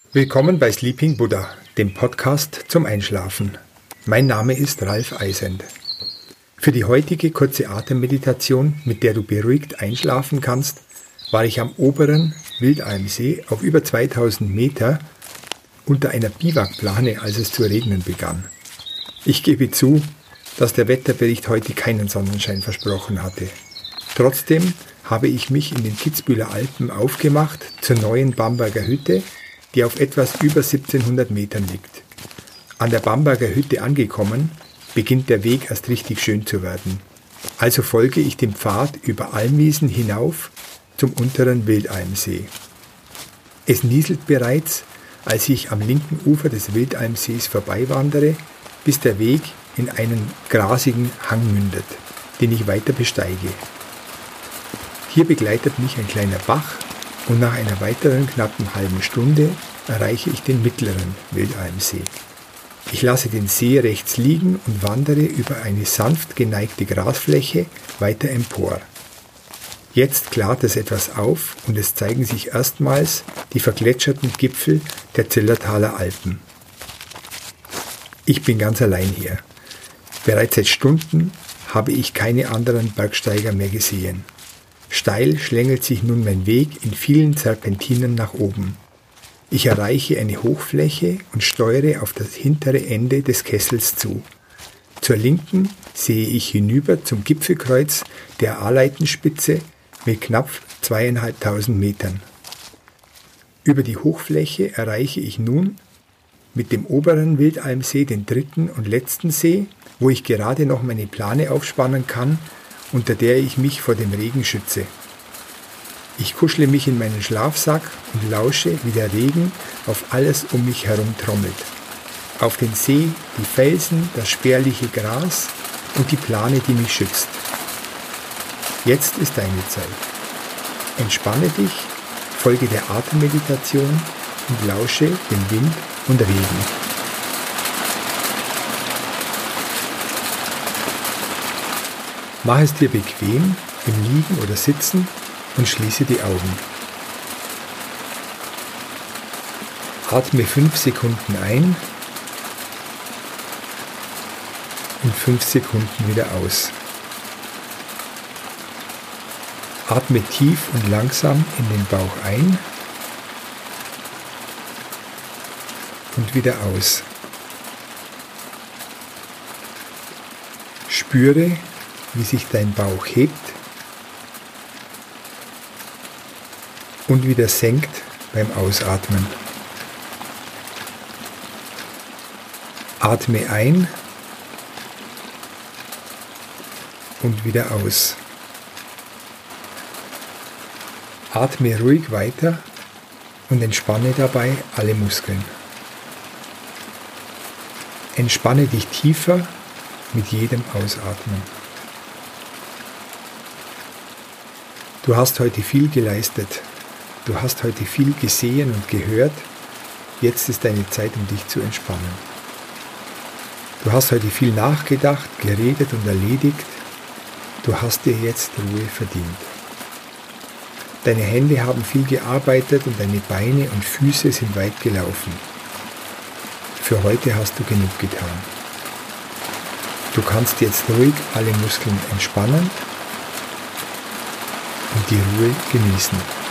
Willkommen bei Sleeping Buddha, dem Podcast zum Einschlafen. Mein Name ist Ralf Eisend. Für die heutige kurze Atemmeditation, mit der du beruhigt einschlafen kannst, war ich am oberen Wildalmsee auf über 2000 Meter unter einer Biwakplane, als es zu regnen begann. Ich gebe zu, dass der Wetterbericht heute keinen Sonnenschein versprochen hatte. Trotzdem habe ich mich in den Kitzbüheler Alpen aufgemacht zur neuen Bamberger Hütte, die auf etwas über 1700 Metern liegt. An der Bamberger Hütte angekommen, beginnt der Weg erst richtig schön zu werden. Also folge ich dem Pfad über Almwiesen hinauf zum unteren Wildalmsee. Es nieselt bereits, als ich am linken Ufer des Wildalmsees vorbeiwandere, bis der Weg in einen grasigen Hang mündet, den ich weiter besteige. Hier begleitet mich ein kleiner Bach und nach einer weiteren knappen halben Stunde erreiche ich den mittleren Wildalmsee. Ich lasse den See rechts liegen und wandere über eine sanft geneigte Grasfläche weiter empor. Jetzt klart es etwas auf und es zeigen sich erstmals die vergletscherten Gipfel der Zillertaler Alpen. Ich bin ganz allein hier. Bereits seit Stunden habe ich keine anderen Bergsteiger mehr gesehen. Steil schlängelt sich nun mein Weg in vielen Serpentinen nach oben. Ich erreiche eine Hochfläche und steuere auf das hintere Ende des Kessels zu. Zur Linken sehe ich hinüber zum Gipfelkreuz der Aleitenspitze mit knapp 2500 Metern. Über die Hochfläche erreiche ich nun mit dem oberen Wildalmsee den dritten und letzten See, wo ich gerade noch meine Plane aufspannen kann, unter der ich mich vor dem Regen schütze. Ich kuschle mich in meinen Schlafsack und lausche, wie der Regen auf alles um mich herum trommelt. Auf den See, die Felsen, das spärliche Gras und die Plane, die mich schützt. Jetzt ist deine Zeit. Entspanne dich, folge der Atemmeditation und lausche dem Wind und Regen. Mach es dir bequem, im Liegen oder Sitzen und schließe die Augen. Atme 5 Sekunden ein und 5 Sekunden wieder aus. Atme tief und langsam in den Bauch ein und wieder aus. Spüre, wie sich dein Bauch hebt und wieder senkt beim Ausatmen. Atme ein und wieder aus. Atme ruhig weiter und entspanne dabei alle Muskeln. Entspanne dich tiefer mit jedem Ausatmen. Du hast heute viel geleistet. Du hast heute viel gesehen und gehört. Jetzt ist deine Zeit, um dich zu entspannen. Du hast heute viel nachgedacht, geredet und erledigt. Du hast dir jetzt Ruhe verdient. Deine Hände haben viel gearbeitet und deine Beine und Füße sind weit gelaufen. Für heute hast du genug getan. Du kannst jetzt ruhig alle Muskeln entspannen und die Ruhe genießen.